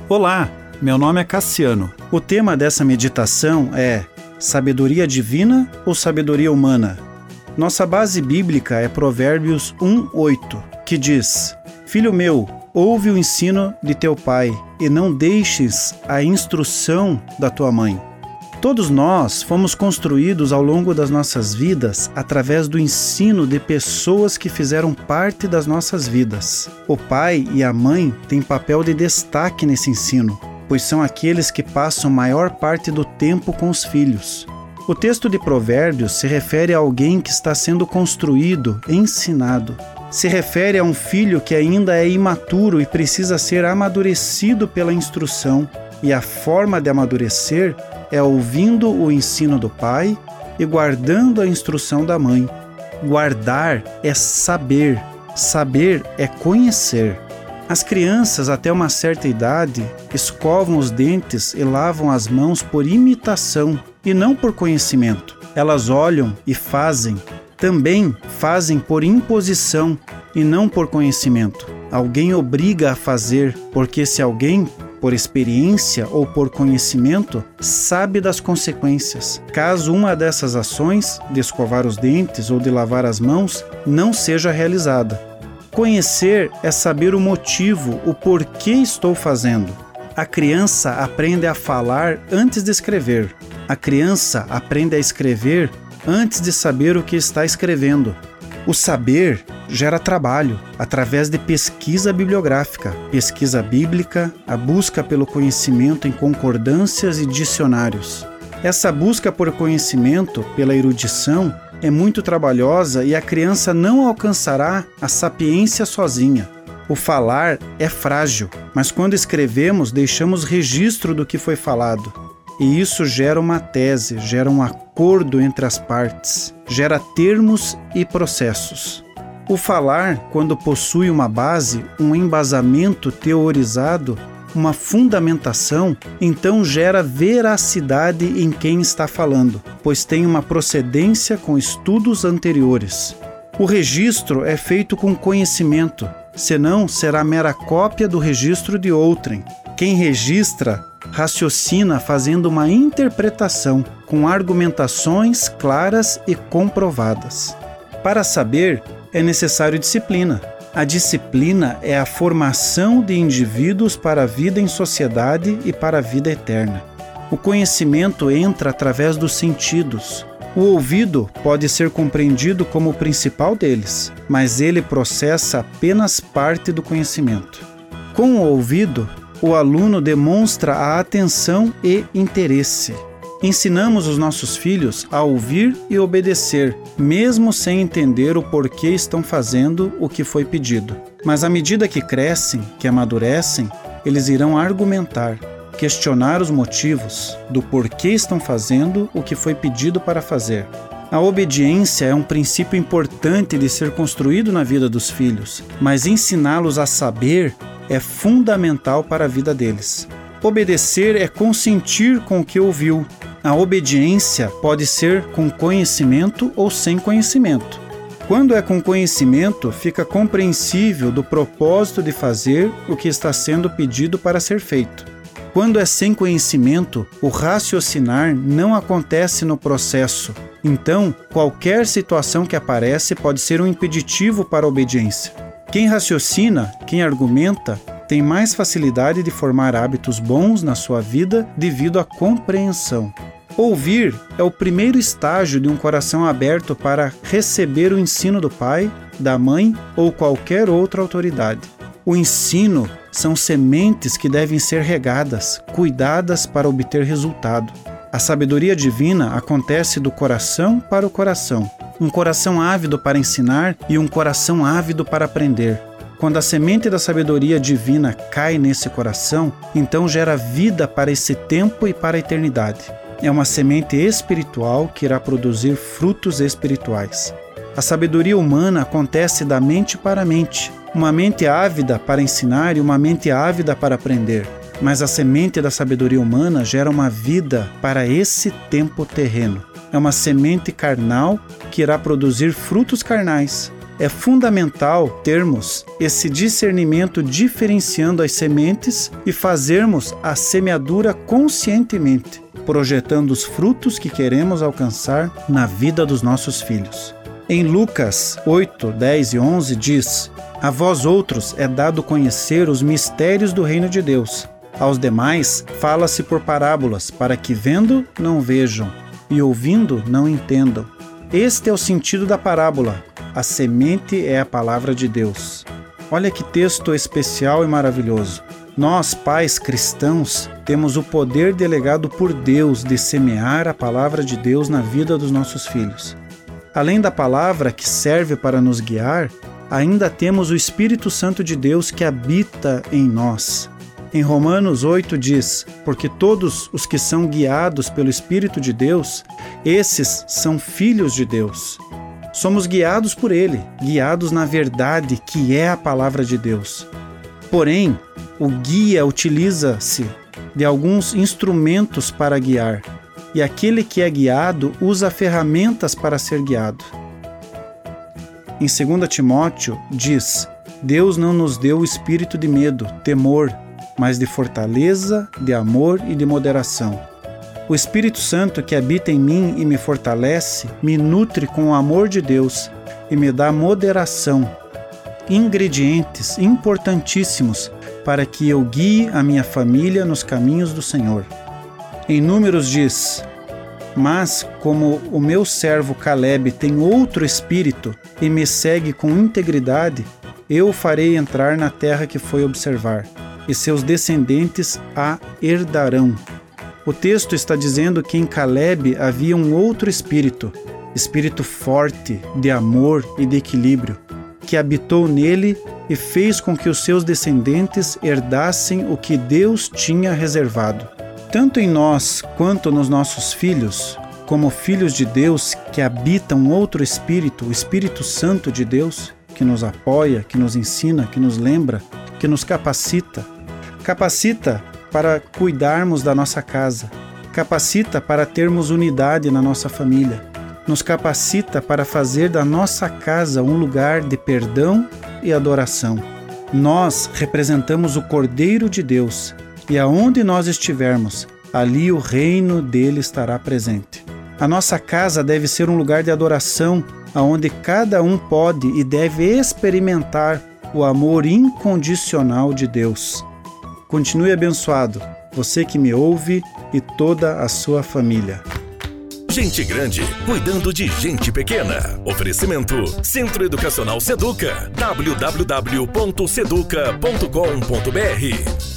Olá, meu nome é Cassiano. O tema dessa meditação é sabedoria divina ou sabedoria humana? Nossa base bíblica é Provérbios 1:8, que diz: Filho meu, ouve o ensino de teu pai e não deixes a instrução da tua mãe. Todos nós fomos construídos ao longo das nossas vidas através do ensino de pessoas que fizeram parte das nossas vidas. O pai e a mãe têm papel de destaque nesse ensino, pois são aqueles que passam maior parte do tempo com os filhos. O texto de Provérbios se refere a alguém que está sendo construído, ensinado. Se refere a um filho que ainda é imaturo e precisa ser amadurecido pela instrução, e a forma de amadurecer é ouvindo o ensino do pai e guardando a instrução da mãe. Guardar é saber, saber é conhecer. As crianças, até uma certa idade, escovam os dentes e lavam as mãos por imitação e não por conhecimento. Elas olham e fazem. Também fazem por imposição e não por conhecimento. Alguém obriga a fazer, porque se alguém, por experiência ou por conhecimento, sabe das consequências, caso uma dessas ações, de escovar os dentes ou de lavar as mãos, não seja realizada. Conhecer é saber o motivo, o porquê estou fazendo. A criança aprende a falar antes de escrever. A criança aprende a escrever antes de saber o que está escrevendo. O saber gera trabalho através de pesquisa bibliográfica, pesquisa bíblica, a busca pelo conhecimento em concordâncias e dicionários. Essa busca por conhecimento, pela erudição, é muito trabalhosa e a criança não alcançará a sapiência sozinha. O falar é frágil, mas quando escrevemos, deixamos registro do que foi falado. E isso gera uma tese, gera um acordo entre as partes, gera termos e processos. O falar, quando possui uma base, um embasamento teorizado, uma fundamentação, então gera veracidade em quem está falando, pois tem uma procedência com estudos anteriores. O registro é feito com conhecimento, senão será mera cópia do registro de outrem. Quem registra raciocina fazendo uma interpretação, com argumentações claras e comprovadas. Para saber, é necessário disciplina. A disciplina é a formação de indivíduos para a vida em sociedade e para a vida eterna. O conhecimento entra através dos sentidos. O ouvido pode ser compreendido como o principal deles, mas ele processa apenas parte do conhecimento. Com o ouvido, o aluno demonstra a atenção e interesse. Ensinamos os nossos filhos a ouvir e obedecer, mesmo sem entender o porquê estão fazendo o que foi pedido. Mas à medida que crescem, que amadurecem, eles irão argumentar, questionar os motivos do porquê estão fazendo o que foi pedido para fazer. A obediência é um princípio importante de ser construído na vida dos filhos, mas ensiná-los a saber é fundamental para a vida deles. Obedecer é consentir com o que ouviu. A obediência pode ser com conhecimento ou sem conhecimento. Quando é com conhecimento, fica compreensível do propósito de fazer o que está sendo pedido para ser feito. Quando é sem conhecimento, o raciocinar não acontece no processo. Então, qualquer situação que aparece pode ser um impeditivo para a obediência. Quem raciocina, quem argumenta, tem mais facilidade de formar hábitos bons na sua vida devido à compreensão. Ouvir é o primeiro estágio de um coração aberto para receber o ensino do pai, da mãe ou qualquer outra autoridade. O ensino são sementes que devem ser regadas, cuidadas para obter resultado. A sabedoria divina acontece do coração para o coração. Um coração ávido para ensinar e um coração ávido para aprender. Quando a semente da sabedoria divina cai nesse coração, então gera vida para esse tempo e para a eternidade. É uma semente espiritual que irá produzir frutos espirituais. A sabedoria humana acontece da mente para a mente. Uma mente ávida para ensinar e uma mente ávida para aprender. Mas a semente da sabedoria humana gera uma vida para esse tempo terreno. É uma semente carnal que irá produzir frutos carnais. É fundamental termos esse discernimento diferenciando as sementes e fazermos a semeadura conscientemente, projetando os frutos que queremos alcançar na vida dos nossos filhos. Em Lucas 8, 10 e 11 diz: A vós outros é dado conhecer os mistérios do reino de Deus. Aos demais fala-se por parábolas, para que vendo não vejam e ouvindo não entendam. Este é o sentido da parábola. A semente é a palavra de Deus. Olha que texto especial e maravilhoso. Nós, pais cristãos, temos o poder delegado por Deus de semear a palavra de Deus na vida dos nossos filhos. Além da palavra que serve para nos guiar, ainda temos o Espírito Santo de Deus que habita em nós. Em Romanos 8 diz: Porque todos os que são guiados pelo Espírito de Deus, esses são filhos de Deus. Somos guiados por Ele, guiados na verdade que é a palavra de Deus. Porém, o guia utiliza-se de alguns instrumentos para guiar, e aquele que é guiado usa ferramentas para ser guiado. Em 2 Timóteo diz: Deus não nos deu o espírito de medo, temor, mas de fortaleza, de amor e de moderação. O Espírito Santo que habita em mim e me fortalece, me nutre com o amor de Deus e me dá moderação, ingredientes importantíssimos para que eu guie a minha família nos caminhos do Senhor. Em Números diz: Mas como o meu servo Caleb tem outro espírito e me segue com integridade, eu o farei entrar na terra que foi observar, e seus descendentes a herdarão. O texto está dizendo que em Caleb havia um outro espírito forte, de amor e de equilíbrio, que habitou nele e fez com que os seus descendentes herdassem o que Deus tinha reservado. Tanto em nós quanto nos nossos filhos, como filhos de Deus que habitam outro espírito, o Espírito Santo de Deus, que nos apoia, que nos ensina, que nos lembra, que nos capacita. Capacita para cuidarmos da nossa casa, capacita para termos unidade na nossa família, nos capacita para fazer da nossa casa um lugar de perdão e adoração. Nós representamos o Cordeiro de Deus e aonde nós estivermos, ali o reino dele estará presente. A nossa casa deve ser um lugar de adoração, aonde cada um pode e deve experimentar o amor incondicional de Deus. Continue abençoado, você que me ouve e toda a sua família. Gente grande cuidando de gente pequena. Oferecimento Centro Educacional Seduca. www.seduca.com.br